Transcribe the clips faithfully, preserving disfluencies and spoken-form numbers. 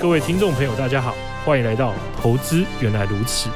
各位听众朋友，大家好，欢迎来到投资原来如此。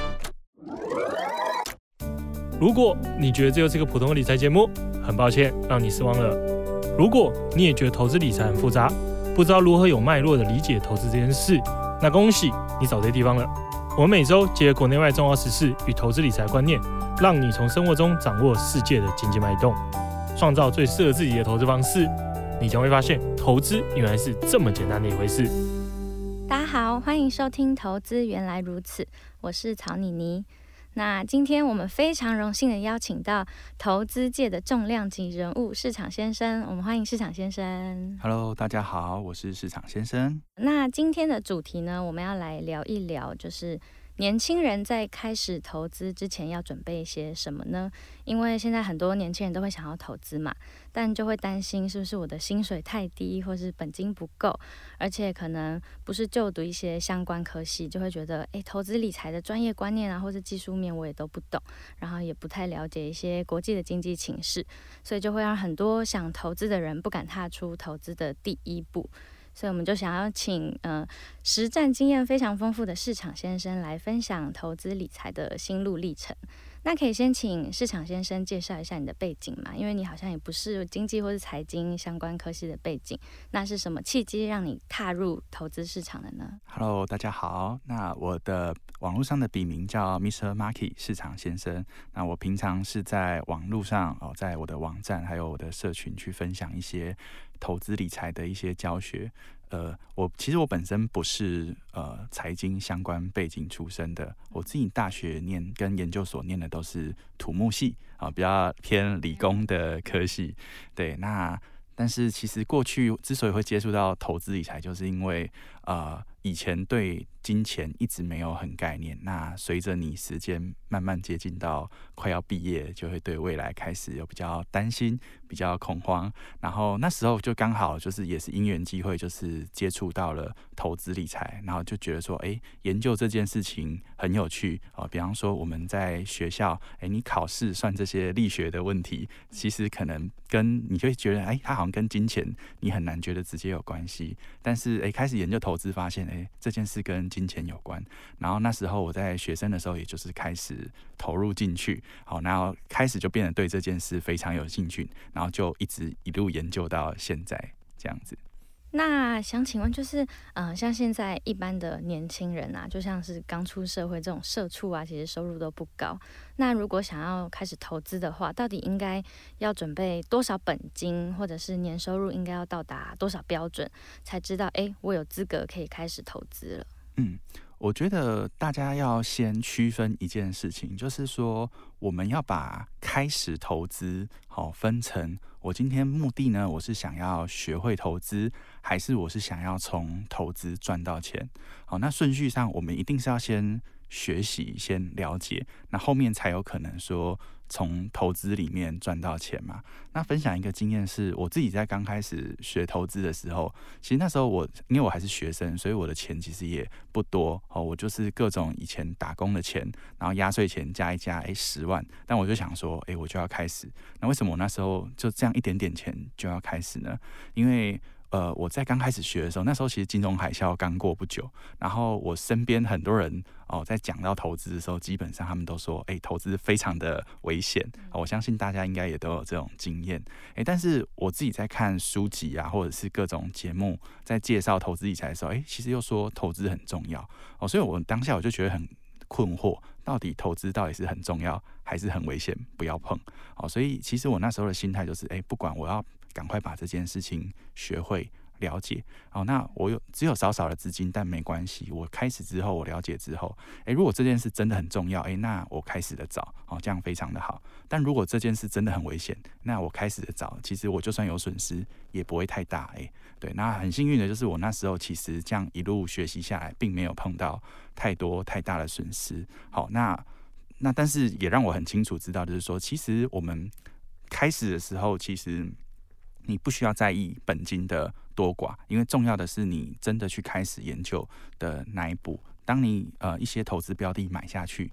如果你觉得这就是个普通的理财节目，很抱歉让你失望了。如果你也觉得投资理财很复杂，不知道如何有脉络的理解投资这件事，那恭喜你找对地方了。我们每周结合国内外重要时事与投资理财观念，让你从生活中掌握世界的经济脉动，创造最适合自己的投资方式。你将会发现，投资原来是这么简单的一回事。 大家好，欢迎收听《投资原来如此》，我是曹妮妮。那今天我们非常荣幸的邀请到投资界的重量级人物市场先生，我们欢迎市场先生。 Hello， 大家好，我是市场先生。 那今天的主题呢，我们要来聊一聊，就是年轻人在开始投资之前要准备一些什么呢？因为现在很多年轻人都会想要投资嘛，但就会担心是不是我的薪水太低，或是本金不够，而且可能不是就读一些相关科系，就会觉得诶，投资理财的专业观念啊，或是技术面我也都不懂，然后也不太了解一些国际的经济情势，所以就会让很多想投资的人不敢踏出投资的第一步。所以我们就想要请呃实战经验非常丰富的市场先生来分享投资理财的心路历程。那可以先请市场先生介绍一下你的背景嘛？因为你好像也不是经济或是财经相关科系的背景，那是什么契机让你踏入投资市场的呢 ？Hello， 大家好。那我的网络上的笔名叫 mister Market 市场先生。那我平常是在网络上哦，在我的网站还有我的社群去分享一些投资理财的一些教学。呃，我其实我本身不是呃财经相关背景出身的，我自己大学念跟研究所念的都是土木系啊、呃，比较偏理工的科系。对，那但是其实过去之所以会接触到投资理财，就是因为呃以前对金钱一直没有很概念，那随着你时间慢慢接近到快要毕业，就会对未来开始有比较担心，比较恐慌。然后那时候就刚好就是也是因缘际会，就是接触到了投资理财，然后就觉得说，哎，研究这件事情很有趣啊、呃。比方说我们在学校，哎，你考试算这些力学的问题，其实可能跟你就会觉得，哎，它好像跟金钱你很难觉得直接有关系。但是哎，开始研究投资，发现哎这件事跟金钱有关。然后那时候我在学生的时候，也就是开始投入进去，好，然后开始就变得对这件事非常有兴趣，然后就一直一路研究到现在这样子。 那想请问，就是呃，像现在一般的年轻人啊，就像是刚出社会这种社畜啊，其实收入都不高。那如果想要开始投资的话，到底应该要准备多少本金，或者是年收入应该要到达多少标准，才知道哎，我有资格可以开始投资了？ 嗯，我觉得大家要先区分一件事情，就是说我们要把开始投资好分成，我今天目的呢，我是想要学会投资，还是我是想要从投资赚到钱？好，那顺序上我们一定是要先学习，先了解，那后面才有可能说从投资里面赚到钱嘛。那分享一个经验是，我自己在刚开始学投资的时候，其实那时候我因为我还是学生，所以我的钱其实也不多哦，我就是各种以前打工的钱，然后压岁钱加一加，哎，十万。但我就想说，哎，我就要开始。那为什么我那时候就这样一点点钱就要开始呢？因为呃，我在刚开始学的时候，那时候其实金融海啸刚过不久，然后我身边很多人哦，在讲到投资的时候，基本上他们都说，哎，投资非常的危险、哦。我相信大家应该也都有这种经验，哎，但是我自己在看书籍啊，或者是各种节目在介绍投资理财的时候，哎，其实又说投资很重要哦，所以我当下我就觉得很困惑，到底投资到底是很重要，还是很危险，不要碰哦。所以其实我那时候的心态就是，哎，不管我要赶快把这件事情学会了解，好，那我有只有少少的资金，但没关系。我开始之后，我了解之后，哎，如果这件事真的很重要，哎，那我开始的早，哦，这样非常的好。但如果这件事真的很危险，那我开始的早，其实我就算有损失，也不会太大，哎，对。那很幸运的就是我那时候其实这样一路学习下来，并没有碰到太多太大的损失。好，那那但是也让我很清楚知道，就是说，其实我们开始的时候，其实你不需要在意本金的多寡，因为重要的是你真的去开始研究的那一步。当你呃一些投资标的买下去，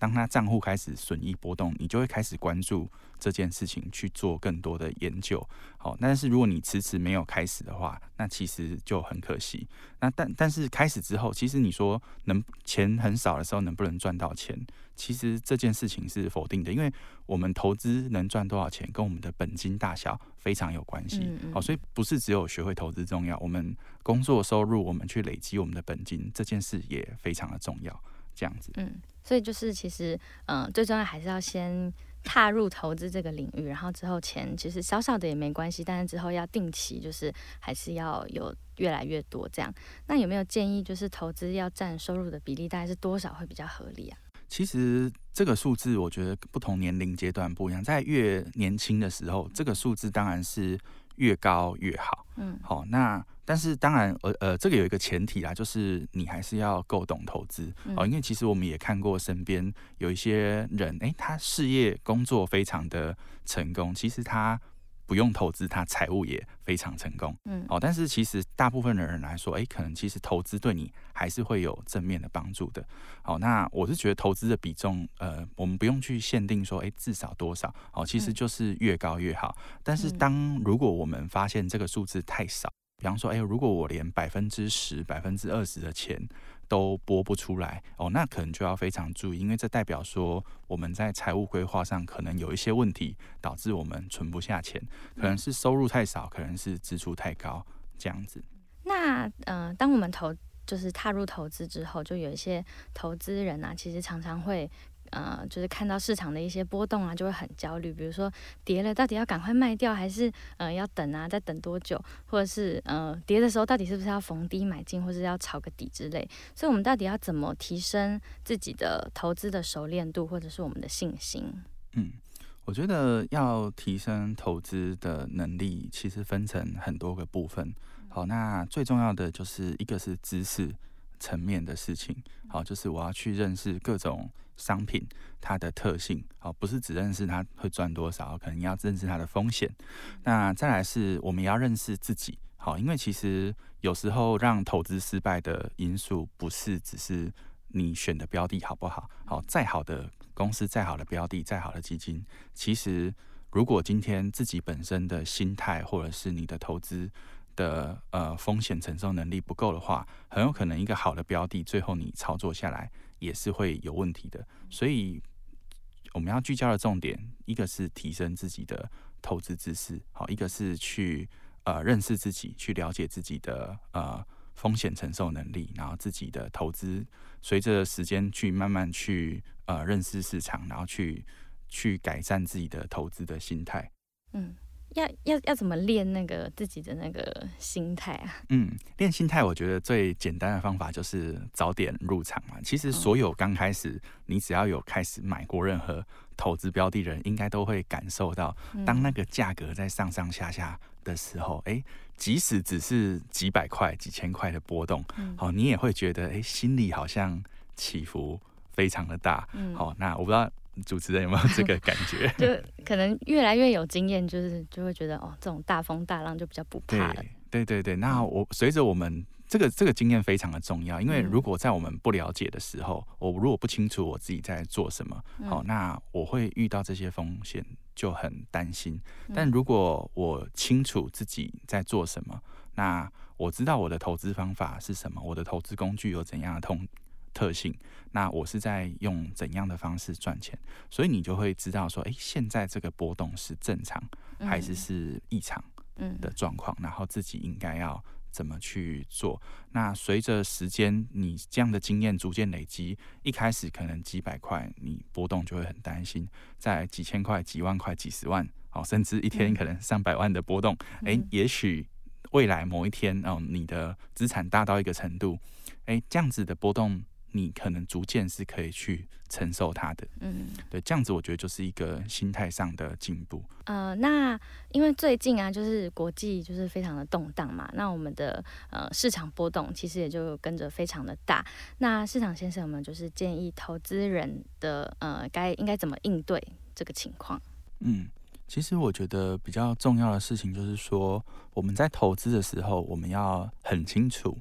当他账户开始损益波动，你就会开始关注这件事情，去做更多的研究。好，但是如果你迟迟没有开始的话，那其实就很可惜。那但但是开始之后，其实你说能钱很少的时候能不能赚到钱，其实这件事情是否定的，因为我们投资能赚多少钱跟我们的本金大小非常有关系。 嗯嗯好，所以不是只有学会投资重要，我们工作收入，我们去累积我们的本金，这件事也非常的重要。这样子， 嗯，所以就是其实，嗯、呃，最重要还是要先踏入投资这个领域，然后之后钱其实少少的也没关系，但是之后要定期，就是还是要有越来越多这样。那有没有建议，就是投资要占收入的比例大概是多少会比较合理啊？ 其实这个数字，我觉得不同年龄阶段不一样，在越年轻的时候，这个数字当然是越高越好。嗯，好，那但是当然，呃呃，这个有一个前提啦，就是你还是要够懂投资哦，因为其实我们也看过身边有一些人，哎、欸，他事业工作非常的成功，其实他不用投资，他财务也非常成功。嗯，哦，但是其实大部分的人来说，哎、欸，可能其实投资对你还是会有正面的帮助的。好，那我是觉得投资的比重，呃，我们不用去限定说，哎、欸，至少多少，哦，其实就是越高越好。但是当如果我们发现这个数字太少，比方说，哎、欸，如果我连百分之十、百分之二十的钱都拨不出来，哦，那可能就要非常注意，因为这代表说我们在财务规划上可能有一些问题，导致我们存不下钱，可能是收入太少，可能是支出太高，这样子。 那呃，当我们投就是踏入投资之后，就有一些投资人啊，其实常常会。呃，就是看到市场的一些波动啊，就会很焦虑。比如说跌了，到底要赶快卖掉，还是呃要等啊，再等多久？或者是呃跌的时候，到底是不是要逢低买进，或是要抄个底之类？所以，我们到底要怎么提升自己的投资的熟练度，或者是我们的信心？ 嗯，我觉得要提升投资的能力，其实分成很多个部分。好，那最重要的就是一个是知识层面的事情。好，就是我要去认识各种商品它的特性，好，不是只认识它会赚多少，可能要认识它的风险。那再来是我们也要认识自己，好，因为其实有时候让投资失败的因素不是只是你选的标的好不好，好，再好的公司、再好的标的、再好的基金，其实如果今天自己本身的心态或者是你的投资的呃风险承受能力不够的话，很有可能一个好的标的，最后你操作下来也是会有问题的。所以我们要聚焦的重点，一个是提升自己的投资知识，好，一个是去呃认识自己，去了解自己的呃风险承受能力，然后自己的投资随着时间去慢慢去呃认识市场，然后去去改善自己的投资的心态。 嗯。要要要怎么练那个自己的那个心态啊？ 嗯，练心态，我觉得最简单的方法就是早点入场嘛。其实所有刚开始，你只要有开始买过任何投资标的的人，应该都会感受到，当那个价格在上上下下的时候，哎、欸，即使只是几百块、几千块的波动，好、嗯，你也会觉得，哎、欸，心里好像起伏非常的大。好、嗯，那我不知道主持人有没有这个感觉？ 就可能越来越有经验，就是就会觉得哦，这种大风大浪就比较不怕了。 对对对，那我随着我们这个这个经验非常的重要，因为如果在我们不了解的时候，我如果不清楚我自己在做什么，好、嗯，那我会遇到这些风险就很担心。但如果我清楚自己在做什么，那我知道我的投资方法是什么，我的投资工具有怎样的通。特性，那我是在用怎样的方式赚钱，所以你就会知道说，哎、欸，现在这个波动是正常还是是异常的状况，然后自己应该要怎么去做。那随着时间，你这样的经验逐渐累积，一开始可能几百块，你波动就会很担心，在几千块、几万块、几十万，哦，甚至一天可能上百万的波动，哎、欸，也许未来某一天，哦，你的资产大到一个程度，哎、欸，这样子的波动。你可能逐渐是可以去承受它的，嗯，对，这样子我觉得就是一个心态上的进步。 呃，那因为最近啊，就是国际就是非常的动荡嘛，那我们的呃市场波动其实也就跟着非常的大。那市场先生有没有就是建议投资人的呃该应该怎么应对这个情况？ 嗯，其实我觉得比较重要的事情就是说，我们在投资的时候，我们要很清楚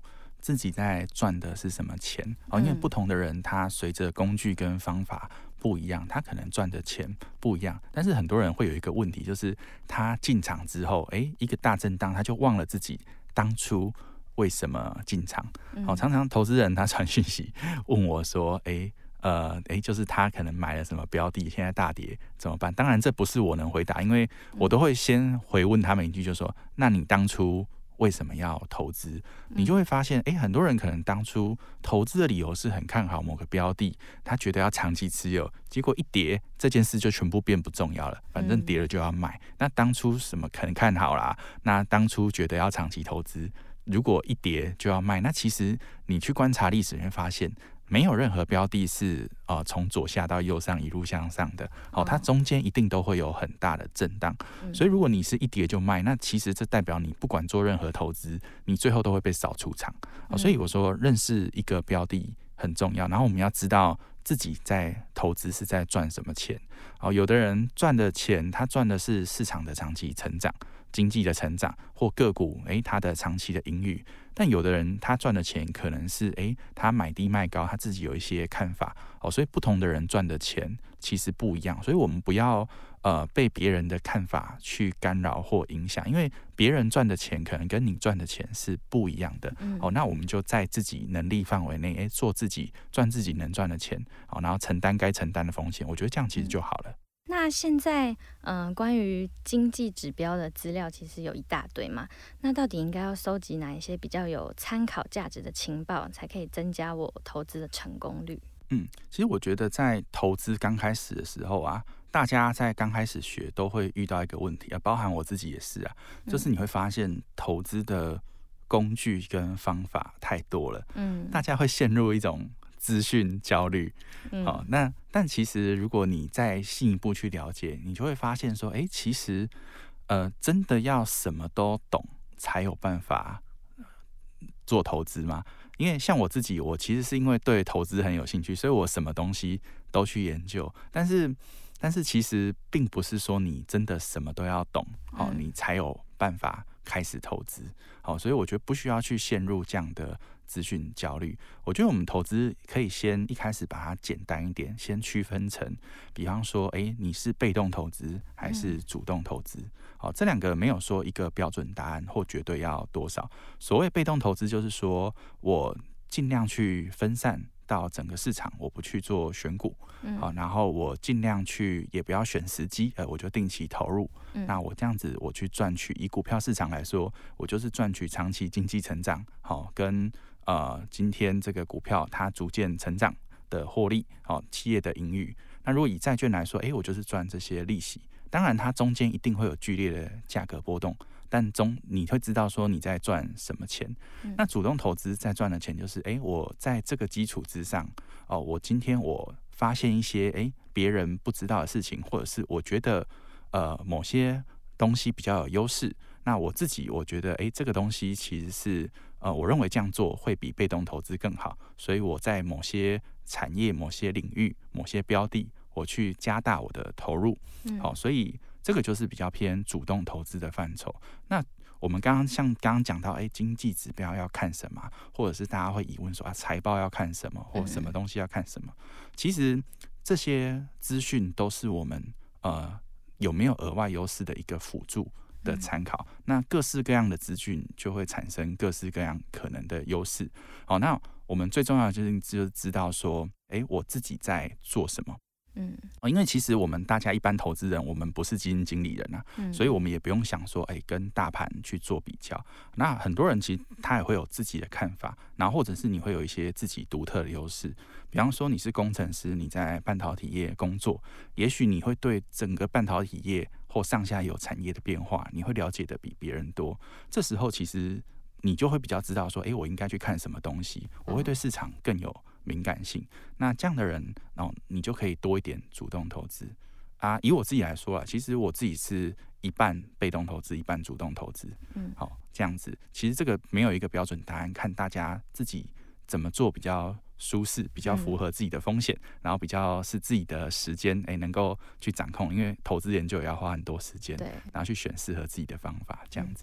自己在赚的是什么钱哦，因为不同的人他随着工具跟方法不一样，他可能赚的钱不一样。但是很多人会有一个问题，就是他进场之后，哎，一个大震荡，他就忘了自己当初为什么进场。好、哦，常常投资人他传讯息问我说，哎。呃，哎，就是他可能买了什么标的，现在大跌怎么办？当然这不是我能回答，因为我都会先回问他们一句，就说：那你当初为什么要投资？你就会发现，哎，很多人可能当初投资的理由是很看好某个标的，他觉得要长期持有，结果一跌，这件事就全部变不重要了，反正跌了就要卖。那当初什么可能看好啦？那当初觉得要长期投资，如果一跌就要卖，那其实你去观察历史，你会发现。没有任何标的是呃从左下到右上一路向上的，哦，它中间一定都会有很大的震荡，嗯、所以如果你是一跌就卖，那其实这代表你不管做任何投资，你最后都会被扫出场。哦、所以我说认识一个标的很重要，然后我们要知道自己在投资是在赚什么钱。哦，有的人赚的钱，他赚的是市场的长期成长。经济的成长或个股，哎，它的长期的盈余，但有的人他赚的钱可能是，哎，他买低卖高，他自己有一些看法，哦，所以不同的人赚的钱其实不一样，所以我们不要呃被别人的看法去干扰或影响，因为别人赚的钱可能跟你赚的钱是不一样的，嗯、哦，那我们就在自己能力范围内，哎，做自己赚自己能赚的钱，哦，然后承担该承担的风险，我觉得这样其实就好了。 那现在，嗯、呃，关于经济指标的资料其实有一大堆嘛，那到底应该要搜集哪一些比较有参考价值的情报，才可以增加我投资的成功率？ 嗯，其实我觉得在投资刚开始的时候啊，大家在刚开始学都会遇到一个问题啊，包含我自己也是啊，就是你会发现投资的工具跟方法太多了，嗯，大家会陷入一种资讯焦虑，嗯，哦，那但其实如果你再进一步去了解，你就会发现说，哎，其实呃，真的要什么都懂才有办法做投资吗？因为像我自己，我其实是因为对投资很有兴趣，所以我什么东西都去研究。但是，但是其实并不是说你真的什么都要懂，哦，你才有办法开始投资。好，所以我觉得不需要去陷入这样的资讯焦虑。我觉得我们投资可以先一开始把它简单一点，先区分成，比方说，哎，你是被动投资还是主动投资？好，这两个没有说一个标准答案或绝对要多少。所谓被动投资，就是说我尽量去分散到整个市场，我不去做选股，嗯，好，然后我尽量去也不要选时机，呃，我就定期投入。嗯、那我这样子，我去赚取，以股票市场来说，我就是赚取长期经济成长，好，跟呃今天这个股票它逐渐成长的获利，好，企业的盈余。那如果以债券来说，哎，我就是赚这些利息。当然，它中间一定会有剧烈的价格波动，但中你会知道说你在赚什么钱。嗯、那主动投资在赚的钱就是，哎，我在这个基础之上，哦，我今天我发现一些哎别人不知道的事情，或者是我觉得呃某些东西比较有优势，那我自己我觉得哎这个东西其实是呃我认为这样做会比被动投资更好，所以我在某些产业、某些领域、某些标的。我去加大我的投入，好，所以这个就是比较偏主动投资的范畴。那我们刚刚像刚刚讲到，哎，经济指标要看什么，或者是大家会疑问说啊，财报要看什么，或什么东西要看什么？其实这些资讯都是我们呃有没有额外优势的一个辅助的参考。那各式各样的资讯就会产生各式各样可能的优势。好，那我们最重要的就是就是知道说，哎，我自己在做什么。嗯，因为其实我们大家一般投资人，我们不是基金经理人啊，嗯、所以我们也不用想说，哎、欸，跟大盘去做比较。那很多人其实他也会有自己的看法，然后或者是你会有一些自己独特的优势。比方说你是工程师，你在半导体业工作，也许你会对整个半导体业或上下游产业的变化，你会了解的比别人多。这时候其实你就会比较知道说，哎、欸，我应该去看什么东西，我会对市场更有敏感性。那这样的人，然后你就可以多一点主动投资啊。以我自己来说啊，其实我自己是一半被动投资，一半主动投资。嗯，好，这样子，其实这个没有一个标准答案，看大家自己怎么做比较舒适，比较符合自己的风险，嗯、然后比较是自己的时间，哎、欸，能够去掌控。因为投资研究也要花很多时间，对，然后去选适合自己的方法，这样子。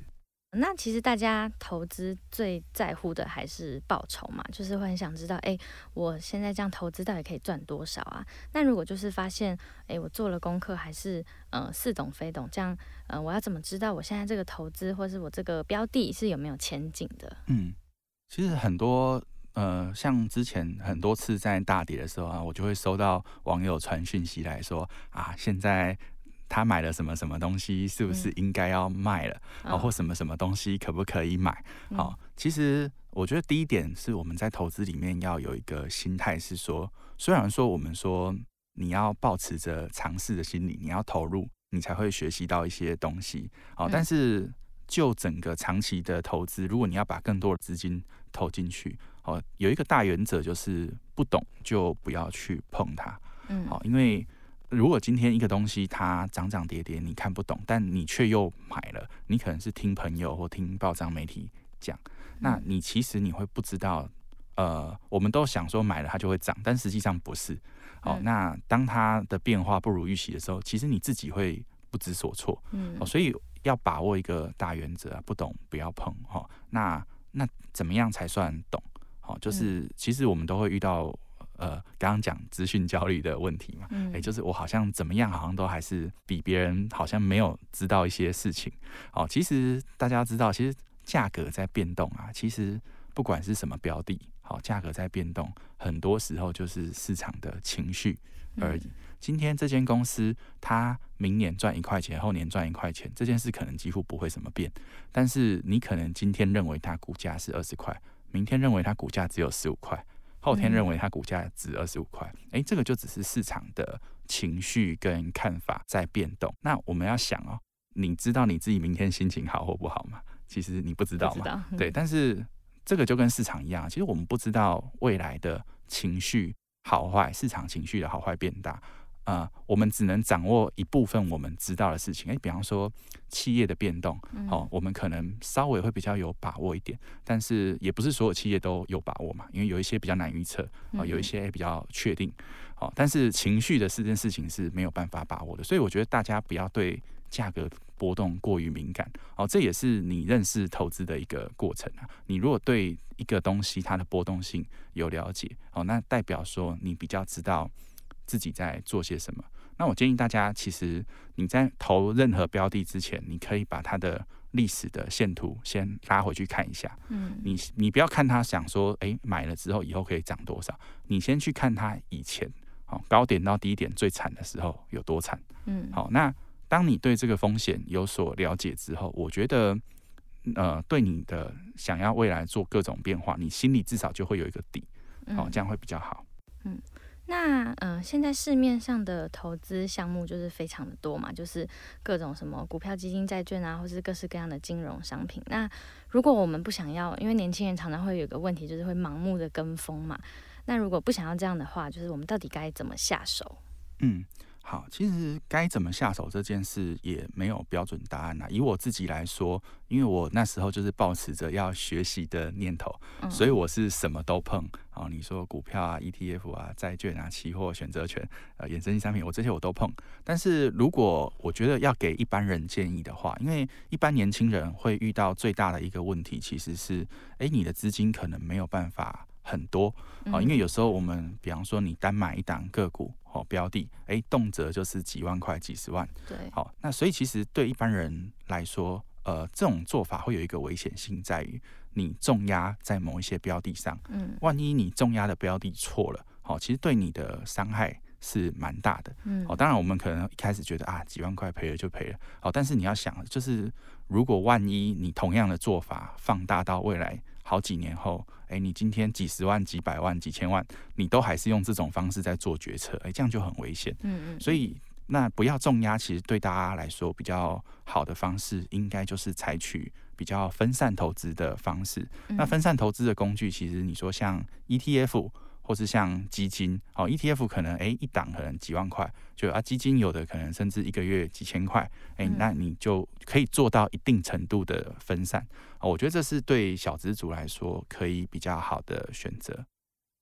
那其实大家投资最在乎的还是报酬嘛，就是会很想知道，哎，我现在这样投资到底可以赚多少啊？那如果就是发现，哎，我做了功课还是呃似懂非懂，这样呃我要怎么知道我现在这个投资或是我这个标的是有没有前景的？ 嗯，其实很多呃，像之前很多次在大跌的时候啊，我就会收到网友传讯息来说啊，现在他买了什么什么东西，是不是应该要卖了？嗯、或什么什么东西可不可以买？好、嗯，其实我觉得第一点是我们在投资里面要有一个心态，是说，虽然说我们说你要抱持着尝试的心理，你要投入，你才会学习到一些东西。好、嗯，但是就整个长期的投资，如果你要把更多的资金投进去，好，有一个大原则就是不懂就不要去碰它。嗯，好，因为如果今天一个东西它涨涨跌跌，你看不懂，但你却又买了，你可能是听朋友或听报章媒体讲，那你其实你会不知道，呃，我们都想说买了它就会涨，但实际上不是。好，那当它的变化不如预期的时候，其实你自己会不知所措。嗯，所以要把握一个大原则啊，不懂不要碰。哈，那那怎么样才算懂？好，就是其实我们都会遇到。呃，刚刚讲资讯焦虑的问题嘛，嗯，欸，就是我好像怎么样，好像都还是比别人好像没有知道一些事情。哦，其实大家知道，其实价格在变动啊，其实不管是什么标的，好，价格在变动，很多时候就是市场的情绪而已。嗯，今天这间公司它明年赚一块钱，后年赚一块钱，这件事可能几乎不会怎么变，但是你可能今天认为它股价是二十块，明天认为它股价只有十五块。后天认为它股价值二十五块，哎，这个就只是市场的情绪跟看法在变动。那我们要想哦，你知道你自己明天心情好或不好吗？其实你不知道嘛， 不知道，嗯，对。 但是这个就跟市场一样，其实我们不知道未来的情绪好坏，市场情绪的好坏变大。呃，我们只能掌握一部分我们知道的事情，哎，比方说企业的变动，哦，我们可能稍微会比较有把握一点，但是也不是所有企业都有把握嘛，因为有一些比较难预测，哦，有一些比较确定，哦，但是情绪的这件事情是没有办法把握的，所以我觉得大家不要对价格波动过于敏感，哦，这也是你认识投资的一个过程啊。你如果对一个东西它的波动性有了解，哦，那代表说你比较知道自己在做些什么。那我建议大家，其实你在投任何标的之前，你可以把它的历史的线图先拉回去看一下。嗯，你你不要看它想说，哎，买了之后以后可以涨多少，你先去看它以前，好，高点到低点最惨的时候有多惨。嗯，好，那当你对这个风险有所了解之后，我觉得，呃，对你的想要未来做各种变化，你心里至少就会有一个底，好，这样会比较好。 嗯。那呃，现在市面上的投资项目就是非常的多嘛，就是各种什么股票、基金、债券啊，或是各式各样的金融商品。那如果我们不想要，因为年轻人常常会有一个问题，就是会盲目的跟风嘛。那如果不想要这样的话，就是我们到底该怎么下手？ 嗯。好，其实该怎么下手这件事也没有标准答案啦。以我自己来说，因为我那时候就是抱持着要学习的念头，嗯、所以我是什么都碰。哦，你说股票啊、E T F 啊、债券啊、期货、选择权、呃、衍生性商品，我这些我都碰。但是如果我觉得要给一般人建议的话，因为一般年轻人会遇到最大的一个问题，其实是，哎，你的资金可能没有办法很多，好，因为有时候我们，比方说你单买一档个股，好标的，哎，动辄就是几万块、几十万， 对， 好，那所以其实对一般人来说，呃，这种做法会有一个危险性，在于你重压在某一些标的上，嗯，万一你重压的标的错了，好，其实对你的伤害是蛮大的，嗯，好，当然我们可能一开始觉得啊，几万块赔了就赔了，好，但是你要想，就是如果万一你同样的做法放大到未来好几年后，哎，你今天几十万、几百万、几千万，你都还是用这种方式在做决策，哎，这样就很危险。嗯嗯。所以，那不要重压，其实对大家来说比较好的方式，应该就是采取比较分散投资的方式。嗯、那分散投资的工具，其实你说像 E T F。或是像基金，哦 ，E T F 可能哎一档可能几万块，就啊基金有的可能甚至一个月几千块，哎，那你就可以做到一定程度的分散，哦，我觉得这是对小资族来说可以比较好的选择。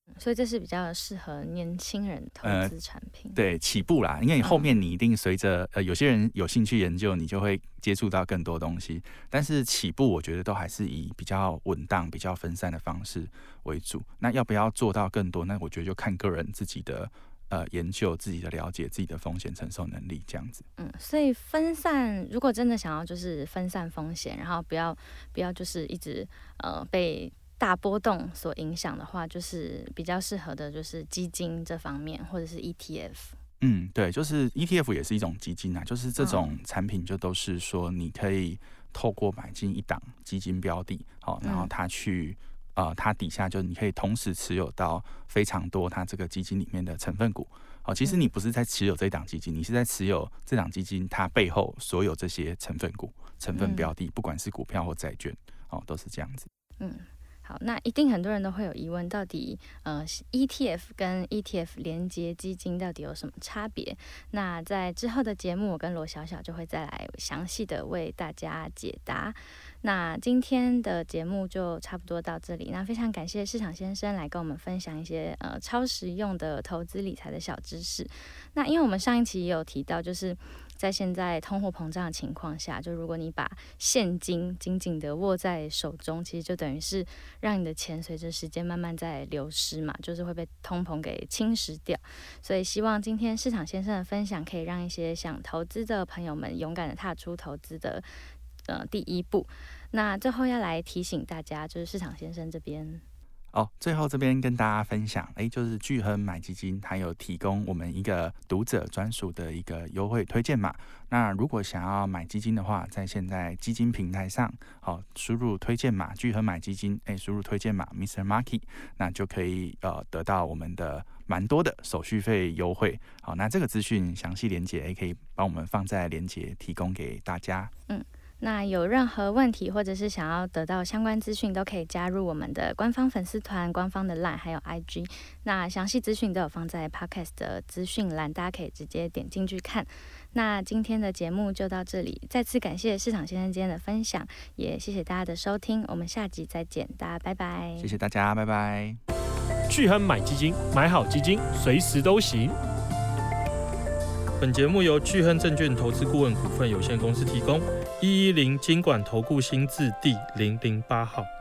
所以这是比较适合年轻人投资产品、呃。 对，起步啦，因为你后面你一定随着呃有些人有兴趣研究，你就会接触到更多东西。但是起步我觉得都还是以比较稳当、比较分散的方式为主。那要不要做到更多？那我觉得就看个人自己的呃研究、自己的了解、自己的风险承受能力这样子。 嗯，所以分散，如果真的想要就是分散风险，然后不要不要就是一直呃被大波动所影响的话，就是比较适合的就是基金这方面，或者是 E T F。 嗯，对，就是 E T F 也是一种基金啊，就是这种产品就都是说你可以透过买进一档基金标的，好，然后它去、嗯、呃，它底下就你可以同时持有到非常多它这个基金里面的成分股。好，其实你不是在持有这档基金，你是在持有这档基金它背后所有这些成分股、成分标的，嗯、不管是股票或债券，哦，都是这样子。 嗯。好，那一定很多人都会有疑问，到底呃 E T F 跟 E T F 连结基金到底有什么差别？那在之后的节目，我跟罗小小就会再来详细的为大家解答。那今天的节目就差不多到这里，那非常感谢市场先生来跟我们分享一些呃超实用的投资理财的小知识。那因为我们上一期也有提到，就是在现在通货膨胀的情况下，就如果你把现金紧紧的握在手中，其实就等于是让你的钱随着时间慢慢在流失嘛，就是会被通膨给侵蚀掉。所以希望今天市场先生的分享可以让一些想投资的朋友们勇敢的踏出投资的呃第一步。那最后要来提醒大家，就是市场先生这边。 哦，最后这边跟大家分享，哎，就是钜亨买基金，它有提供我们一个读者专属的一个优惠推荐码。那如果想要买基金的话，在现在基金平台上，好、哦，输入推荐码钜亨买基金，哎，输入推荐码 mister Marky， 那就可以呃得到我们的蛮多的手续费优惠。好，那这个资讯详细连结，也可以帮我们放在连结提供给大家。 嗯。那有任何问题或者是想要得到相关资讯，都可以加入我们的官方粉丝团、官方的 LINE 还有 I G。那详细资讯都有放在 Podcast 的资讯栏，大家可以直接点进去看。那今天的节目就到这里，再次感谢市场先生今天的分享，也谢谢大家的收听，我们下集再见，大家拜拜。 谢谢大家，拜拜。 钜亨买基金，买好基金，随时都行。本节目由钜亨证券投资顾问股份有限公司提供，一一零金管投顾新字第零零八号。